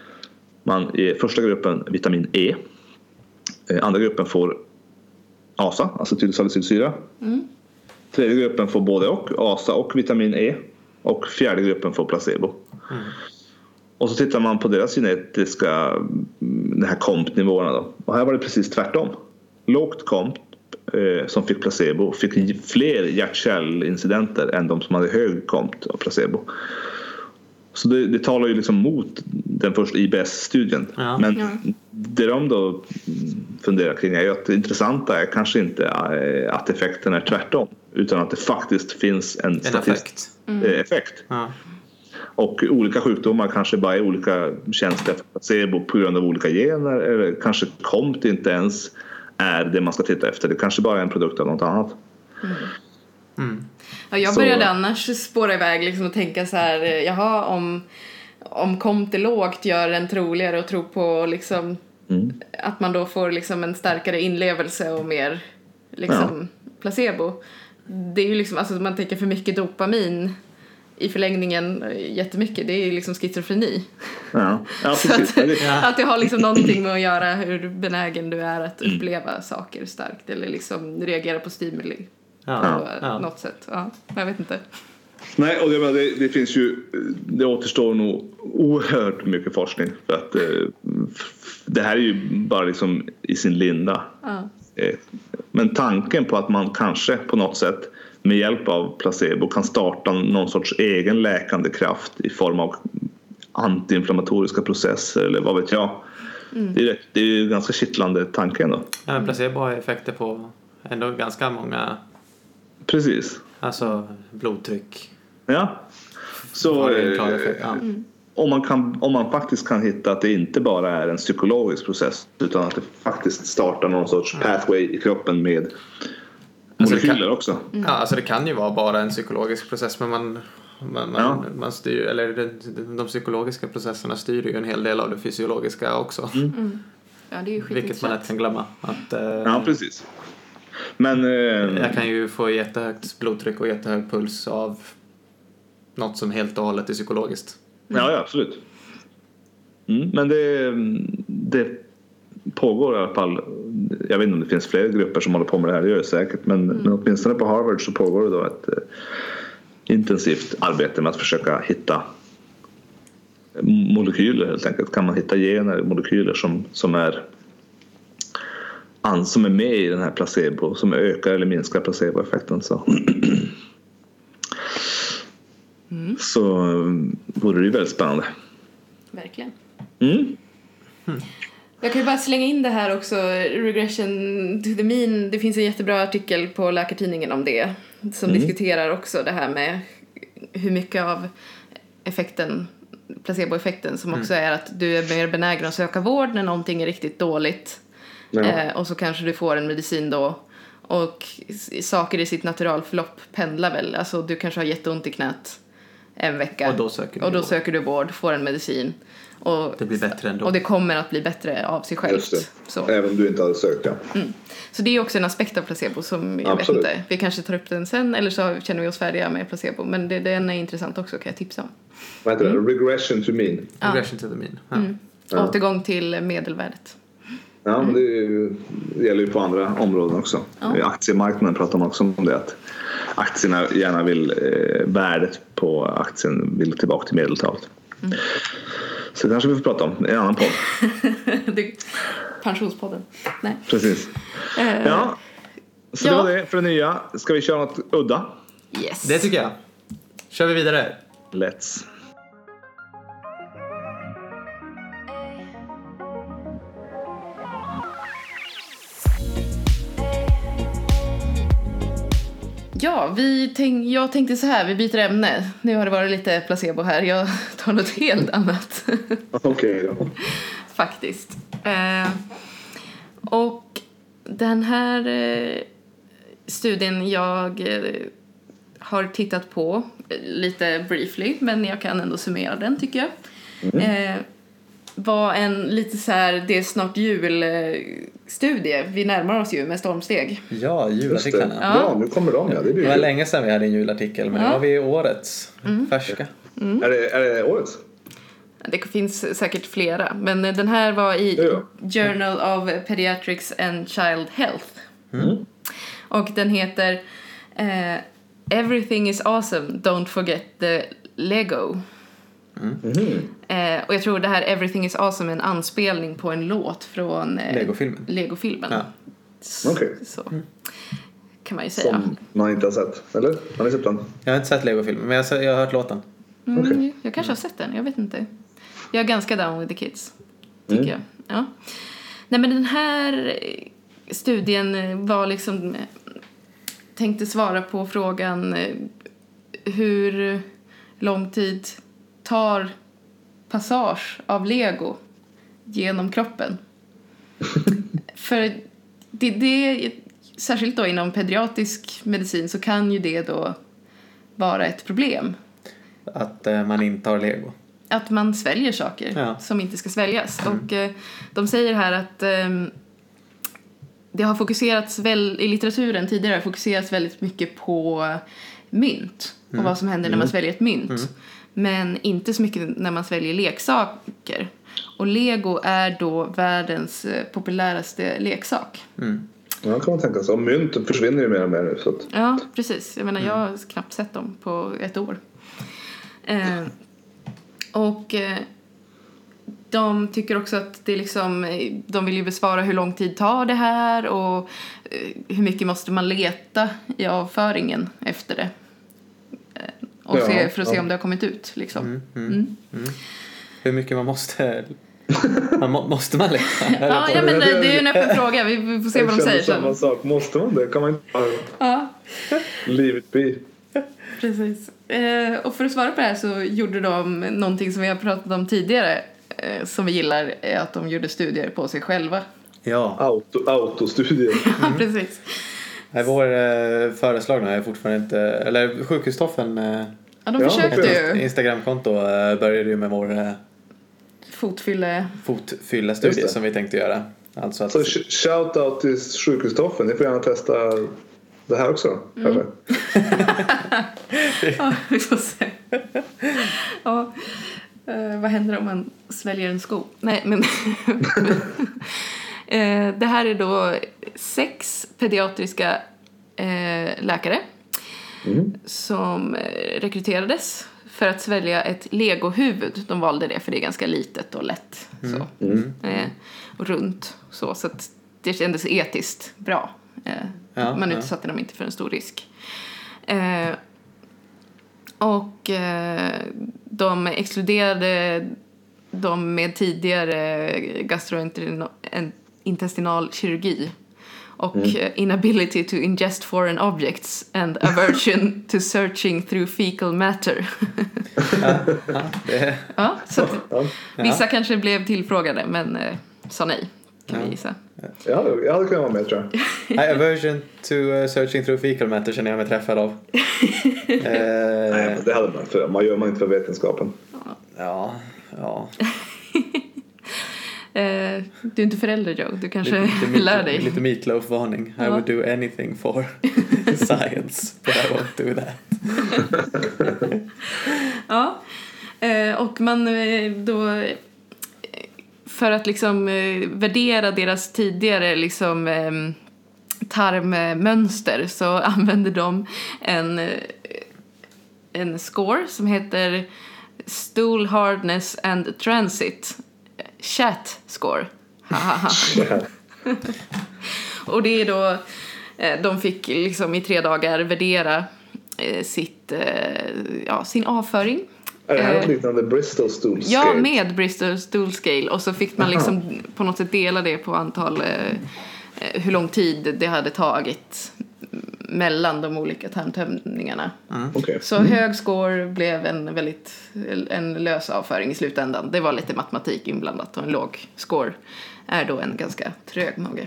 I första gruppen vitamin E, andra gruppen får ASA, acetylsalicylsyra, tredje gruppen får både och ASA och vitamin E, och fjärde gruppen får placebo. Och så tittar man på deras genetiska, den här kompnivåerna då. Och här var det precis tvärtom. Lågt komp som fick placebo fick fler hjärt-kärlincidenter än de som hade hög komp av placebo. Så det talar ju liksom mot den första IBS-studien. Ja. Men det de då funderar kring är ju att det intressanta är kanske inte att effekten är tvärtom, utan att det faktiskt finns en statistisk effekt. Ja. Och olika sjukdomar kanske bara är olika känsliga för placebo på grund av olika gener, eller kanske komp inte ens är det man ska titta efter. Det kanske bara är en produkt av något annat. Ja, jag började annars spåra iväg liksom och tänka så här, jaha, om komp är lågt gör en troligare att tro på liksom, att man då får liksom en starkare inlevelse och mer liksom, placebo. Det är ju liksom, alltså man tänker för mycket dopamin i förlängningen jättemycket, det är ju liksom schizofreni. Ja, precis. Att det har liksom någonting med att göra hur benägen du är att uppleva saker starkt eller liksom reagera på stimuli på något sätt. Ja, jag vet inte. Nej, och det finns ju, det återstår nog oerhört mycket forskning för att det här är ju bara liksom i sin linda. Men tanken på att man kanske på något sätt med hjälp av placebo kan starta någon sorts egen läkande kraft i form av antiinflammatoriska processer eller vad vet jag. Det är ju ganska kittlande tanke ändå. Ja, men placebo har effekter på ändå ganska många. Precis. Alltså blodtryck. Ja. Så om man faktiskt kan hitta att det inte bara är en psykologisk process utan att det faktiskt startar någon sorts pathway i kroppen med molekyler också. Ja, alltså det kan ju vara bara en psykologisk process, men man styr, eller de psykologiska processerna styr ju en hel del av det fysiologiska också. Ja, det är ju vilket man inte kan glömma. Ja, precis. Men jag kan ju få jättehögt blodtryck och jättehög puls av något som helt och hållet är psykologiskt. Ja, absolut. Men det pågår i alla fall. Jag vet inte om det finns fler grupper som håller på med det här, det gör det säkert. Men åtminstone på Harvard så pågår det då ett intensivt arbete med att försöka hitta molekyler helt enkelt. Kan man hitta gener, molekyler som är med i den här placebo, som ökar eller minskar placeboeffekten. Så vore det ju väldigt spännande. Verkligen. Jag kan ju bara slänga in det här också, regression to the mean. Det finns en jättebra artikel på Läkartidningen om det, som diskuterar också det här med hur mycket av effekten, placeboeffekten, som också är att du är mer benägen att söka vård när någonting är riktigt dåligt. Och så kanske du får en medicin då, och saker i sitt naturalförlopp pendlar väl. Alltså du kanske har jätteont i knät en vecka, och då söker du vård, får en medicin, och det blir bättre ändå. Och det kommer att bli bättre av sig självt. Så. Även om du inte hade sökt. Så det är också en aspekt av placebo som jag vet inte. Vi kanske tar upp den sen, eller så känner vi oss färdiga med placebo. Men den är intressant också, kan jag tipsa om. Vad heter det? Regression to mean. Regression to the mean. Ja. Återgång till medelvärdet. Ja, men det gäller ju på andra områden också. I aktiemarknaden pratar man också om det, att aktierna gärna vill, värdet på aktien vill tillbaka till medeltalet. Så det kanske vi får prata om i en annan podd. Pensionspodden. Nej. Precis. Ja. Så det var det för det nya. Ska vi köra något udda? Yes. Det tycker jag. Kör vi vidare. Let's. Ja, jag tänkte så här, vi byter ämne. Nu har det varit lite placebo här. Jag tar något helt annat. Okej då. Faktiskt. Och den här studien jag har tittat på lite briefly, men jag kan ändå summera den, tycker jag. Var en lite så här, det är snart julstudie. Vi närmar oss ju med stormsteg. Ja, julartiklarna. Ja, nu kommer de. Ja, det var länge sedan vi hade en julartikel, men nu har vi årets färska. Är det årets? Det finns säkert flera, men den här var i Journal of Pediatrics and Child Health. Och den heter Everything is awesome, don't forget the Lego. Och jag tror det här Everything is awesome är en anspelning på en låt från Lego-filmen. Ja. Så kan man ju säga. Som man inte har sett, eller? Har ni sett den? Jag har inte sett Lego-filmen, men jag har hört låten. Jag kanske har sett den, jag vet inte. Jag är ganska down with the kids, tycker jag. Ja. Nej, men den här studien var liksom, tänkte svara på frågan hur lång tid tar passage av Lego genom kroppen. För det särskilt då inom pediatrisk medicin så kan ju det då vara ett problem. Att man inte har Lego. Att man sväljer saker som inte ska sväljas. Och de säger här att det har fokuserats i litteraturen tidigare fokuserats väldigt mycket på mynt. Och vad som händer när man sväljer ett mynt. Men inte så mycket när man sväljer leksaker. Och Lego är då världens populäraste leksak. Ja, kan man tänka sig. Och mynt försvinner ju mer och mer nu. Så att... Ja, precis. Jag menar, jag har knappt sett dem på ett år. Och de tycker också att det liksom, de vill ju besvara hur lång tid tar det här och hur mycket måste man leta i avföringen efter det. Och för att se om det har kommit ut liksom. Hur mycket man måste måste man leta? Ja, men det är ju en öppen fråga. Vi får se vad de säger sen. Samma sak. Måste man det? Kan man inte bara livet bli? Precis. Och för att svara på det här så gjorde de någonting som vi har pratat om tidigare som vi gillar, är att de gjorde studier på sig själva. Ja. Autostudier. Ja, precis. Nej, vår föreslagna är fortfarande inte... Eller sjukhustoffen... Ja, de försökte ju. Instagramkonto började ju med vår... Fotfylla-studie som vi tänkte göra. Alltså att... Så shout-out till sjukhustoffen. Ni får gärna testa det här också. Ja, vi får se. Ja. Vad händer om man sväljer en sko? Nej, men... det här är då 6 pediatriska läkare som rekryterades för att svälja ett legohuvud. De valde det för det är ganska litet och lätt och runt så att det kändes etiskt bra. Man utsatte dem inte för en stor risk. Och de exkluderade dem med tidigare gastrointestinal kirurgi och inability to ingest foreign objects and aversion to searching through fecal matter. Så att vissa kanske blev tillfrågade men sa nej, kan vi gissa. Ja, jag hade kunnat vara med, tror jag. Aversion to searching through fecal matter känner jag mig träffad av. Nej, men det hade man för. Man gör man inte för vetenskapen. Ja. Du är inte förälder, Joe. Du kanske lär dig. Lite meatloaf-varning. I would do anything for science, but I won't do that. Och man då... För att liksom värdera deras tidigare liksom, tarmmönster så använder de en score som heter Stool Hardness and Transit. Chat score. Och det är då de fick liksom i 3 dagar värdera sin avföring. Är det här liknande Bristol Stool Scale? Ja, med Bristol Stool Scale. Och så fick man liksom på något sätt dela det på antal hur lång tid det hade tagit mellan de olika tarmtömningarna. Så hög score blev en lös avföring i slutändan. Det var lite matematik inblandat och en låg score är då en ganska trög mage.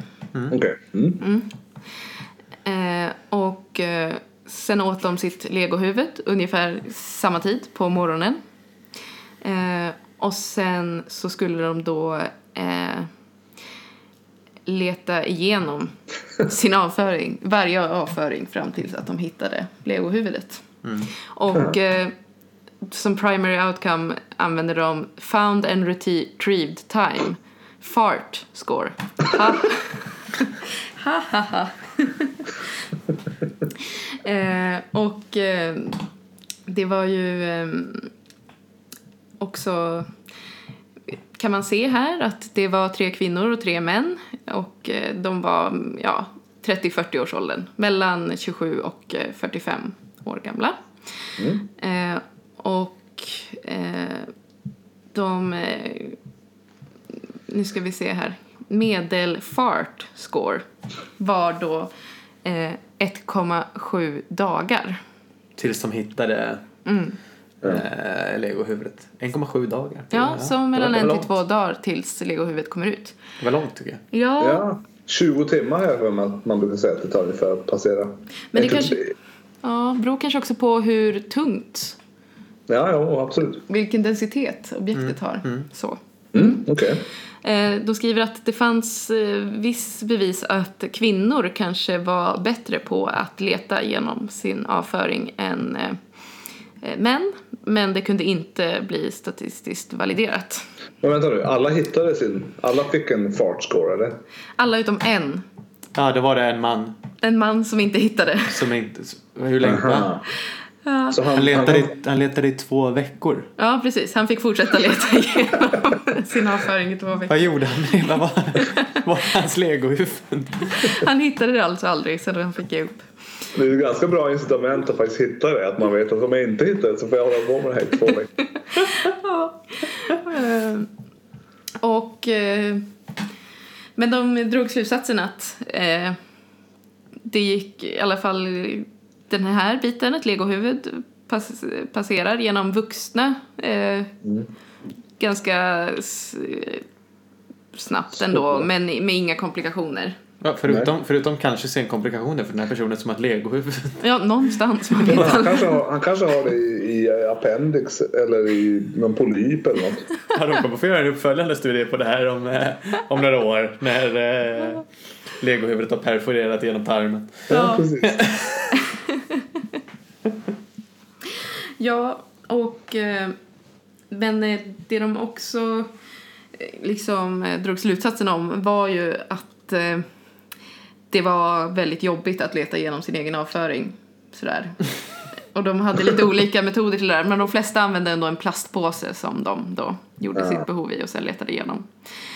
Och sen åt de sitt legohuvud ungefär samma tid på morgonen. Och sen så skulle de då leta igenom sin avföring, varje avföring fram tills att de hittade legohuvudet. Och som primary outcome använder de found and retrieved time, fart score. Och det var ju också, kan man se här att det var 3 kvinnor och 3 män och de var 30-40 års åldern, mellan 27 och 45 år gamla. Och nu ska vi se här, medelfart score var då 1,7 dagar. Tills de hittade legohuvudet. 1,7 dagar. Ja, så mellan 1 till 2 dagar tills legohuvudet kommer ut. Det var långt, tycker jag. Ja, 20 timmar här för man brukar säga att det tar ungefär att passera. Men det kanske beror kanske också på hur tungt. Ja, absolut. Vilken densitet objektet har. Så. Okej. Då skriver att det fanns viss bevis att kvinnor kanske var bättre på att leta igenom sin avföring än män. Men det kunde inte bli statistiskt validerat. Men vänta nu, alla fick en fartscore, eller? Alla utom en. Ja, det var det en man. En man som inte hittade. Hur länge var Ja. Så han letade i 2 veckor. Ja, precis. Han fick fortsätta leta igenom sin avföring i 2 veckor. Vad gjorde han? Vad var hans legohuvud? Han hittade det alltså aldrig, så han fick ge upp. Det är ett ganska bra incitament att faktiskt hitta det. Att man vet att om jag inte hittar det så får jag hålla på med det här i 2 veckor. Och men de drog slutsatsen att det gick i alla fall den här biten, ett legohuvud passerar genom vuxna ganska snabbt ändå, men med inga komplikationer. Ja, förutom kanske senkomplikationer för den här personen som har ett legohuvud. Ja, någonstans. Han kanske har det i appendix eller i någon polyp eller något. Ja, de kommer få göra en uppföljande studie på det här om några år när legohuvudet har perforerat genom tarmen. Ja, precis. Ja, och men det de också liksom drog slutsatsen om var ju att det var väldigt jobbigt att leta igenom sin egen avföring sådär. Och de hade lite olika metoder till det där, men de flesta använde ändå en plastpåse som de då gjorde sitt behov i och sen letade igenom.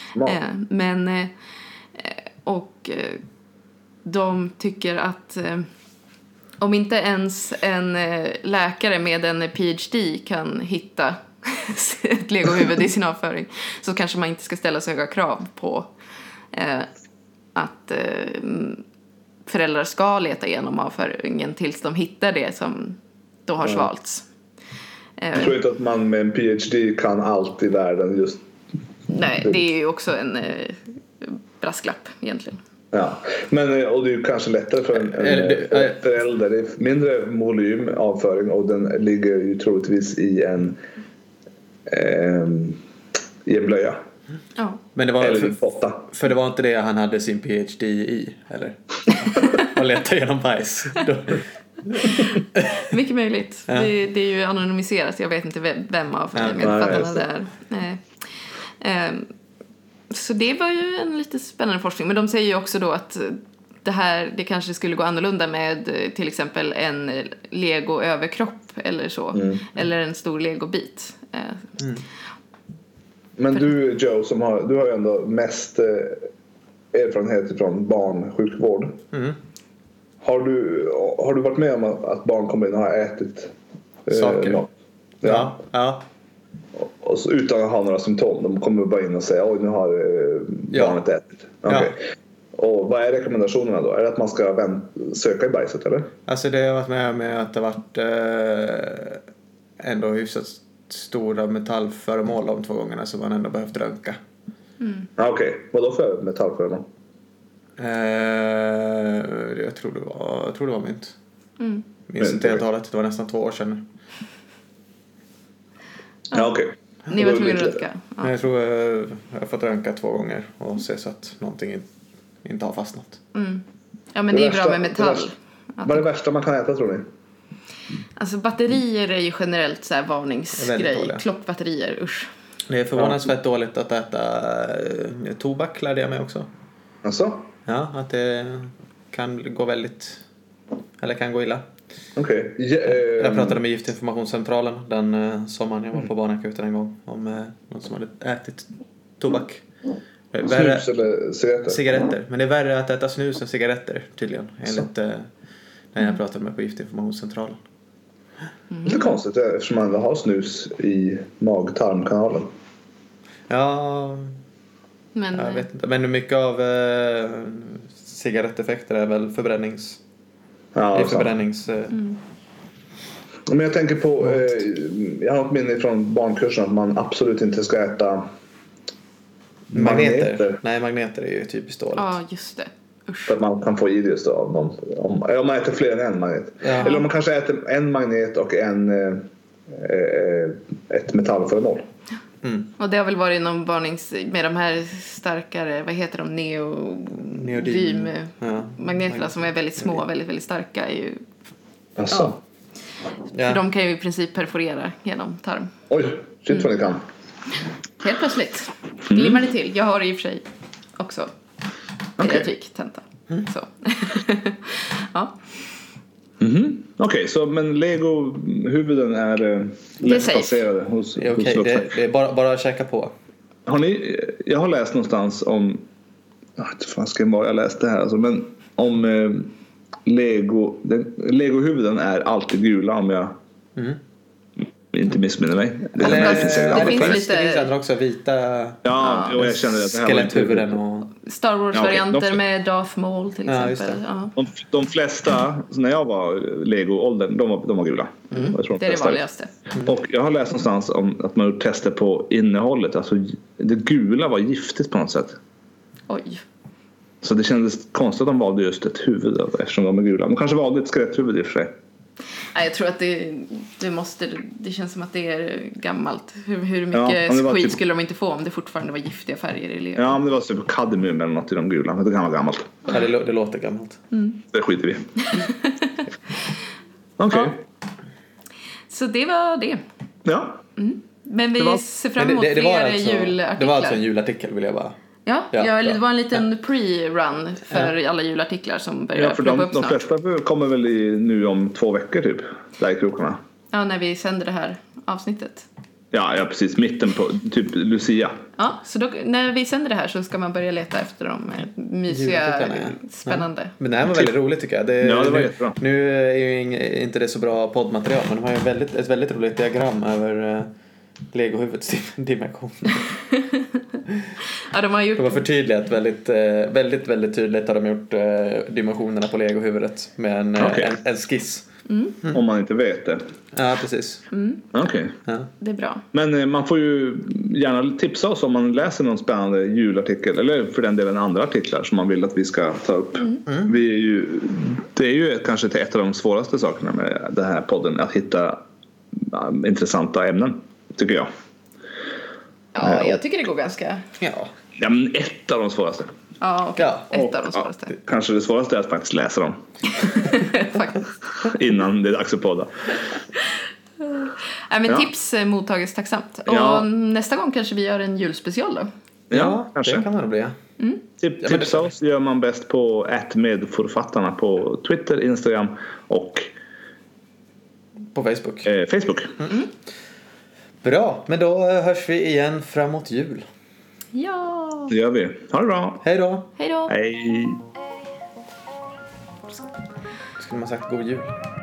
De tycker att om inte ens en läkare med en PhD kan hitta ett legohuvud i sin avföring, så kanske man inte ska ställa så höga krav på att föräldrar ska leta igenom avföringen tills de hittar det som då har svalts. Jag tror inte att man med en PhD kan allt i världen just. Nej, det är ju också en brasklapp egentligen. Ja, men och det är ju kanske lättare för en förälder. Det är mindre volym avföring och den ligger ju troligtvis i en blöja. Ja. Men det var eller potta. För det var inte det han hade sin PhD i, eller? Och leta igenom bajs. Mycket möjligt. Ja. Det är ju anonymiserat. Jag vet inte vem av medförfattarna det är. Så det var ju en lite spännande forskning. Men de säger ju också då att det kanske skulle gå annorlunda med till exempel en Lego-överkropp eller så. Eller en stor Lego-bit. Men du, Joe, du har ju ändå mest erfarenhet från barnsjukvård. Har du varit med om att barn kommer in och har ätit saker? Något? Ja. Och så, utan att ha några symptom. De kommer bara in och säga oj, nu har barnet ätit. Okay. Ja. Och vad är rekommendationerna då? Är det att man ska söka i bajset eller? Alltså det har varit med att det har varit ändå hyfsat stora metallföremål de 2 gångerna som man ändå behövt röntga. Okej. Vad då för metallföremål? Jag tror det var mynt. Minns inte helt taget. Det var nästan 2 år sedan. Ja, okej. Ni var tvungna att röntga? Ja. Jag tror jag har fått röntga 2 gånger och se så att någonting inte har fastnat. Ja, men det är bra med metall. Vad är det värsta man kan äta, tror ni? Alltså batterier är ju generellt så här varningsgrej. Klockbatterier, usch. Det är förvånansvärt dåligt att äta tobak, lärde jag mig också. Alltså? Ja, att det kan gå kan gå illa. Okej. Jag pratade med Giftinformationscentralen den sommaren jag var på barnakuten en gång om någon som hade ätit tobak. Snus eller cigaretter? Cigaretter. Men det är värre att äta snus än cigaretter tydligen. Enligt när jag pratade med på Giftinformationscentralen. Det är konstigt eftersom man har snus i mag-tarmkanalen. Ja, men jag vet inte. Men mycket av cigaretteffekter är väl förbränningss. Men jag tänker på jag har ett minne från barnkursen att man absolut inte ska äta magneter. Nej, magneter är ju typiskt dåligt. Ja, just det. Usch. För att man kan få i det just av någon, om man äter fler än en magnet. Ja. Eller om man kanske äter en magnet och ett metallföremål. Och det har väl varit någon varnings med de här starkare, vad heter de, neodym magneterna som är väldigt små, väldigt, väldigt starka är ju. Alltså. För de kan ju i princip perforera genom tarm. Oj, shit vad ni kan. Helt plötsligt glimmar det till. Jag har i och för sig också pediatriktenta. Så. Ja. Okej, så men Lego-huvuden är lättbaserade hos det är bara att käka på. Jag har läst någonstans om jag läste det här alltså, men om Lego-huvuden är alltid gula om jag inte missminner mig. Det finns också vita jag känner att skeletthuvuden och Star Wars-varianter med Darth Maul till exempel. De flesta, när jag var Lego-åldern, de var gula. Jag tror det är det vanligaste. Och jag har läst någonstans om att man gjort tester på innehållet. Alltså det gula var giftigt på något sätt. Oj. Så det kändes konstigt att de valde just ett huvud eftersom de är gula. De kanske valde ett skeletthuvud i och för sig. Nej, jag tror att det känns som att det är gammalt. Hur mycket skit skulle de inte få om det fortfarande var giftiga färger i lera? Ja, om det var typ kadmium eller något i de gula. Men det kan vara gammalt. Ja, det låter gammalt. Det skiter vi. Okej. Ja. Så det var det. Ja. Men vi ser fram emot fler julartiklar. Det var alltså en julartikel, vill jag bara. Ja, det var en liten pre-run för alla julartiklar som börjar ploppa upp de snart. flesta kommer väl nu om 2 veckor typ, där i krokarna. Ja, när vi sänder det här avsnittet. Ja, precis. Mitten på typ Lucia. Ja, så då, när vi sänder det här så ska man börja leta efter de mysiga, spännande. Ja. Men det här var väldigt roligt tycker jag. Det var jättebra. Nu är ju inte det så bra poddmaterial, men de har ju ett väldigt roligt diagram över Lego-huvudets dimensioner. Ja, de har förtydligat väldigt tydligt har de gjort dimensionerna på Lego-huvudet med en skiss. Om man inte vet det. Ja, precis. Okej. Ja. Det är bra. Men man får ju gärna tipsa oss om man läser någon spännande julartikel eller för den delen andra artiklar som man vill att vi ska ta upp. Det är ju kanske ett av de svåraste sakerna med den här podden, att hitta intressanta ämnen, tycker jag. Ja, jag tycker det går ganska... Ja, men ett av de svåraste. Ja, okay. Ett av de svåraste. Kanske det svåraste är att faktiskt läsa dem. Faktiskt. Innan det är dags att podda. Men tips mottages tacksamt. Och nästa gång kanske vi gör en julspecial då. Ja, kanske. Det kan man nog bli. Tipsa oss gör man bäst på @medförfattarna på Twitter, Instagram och på Facebook. Facebook. Bra, men då hörs vi igen framåt jul. Ja. Det gör vi. Ha det bra. Hej då. Hej då. Hej. Skulle man sagt god jul?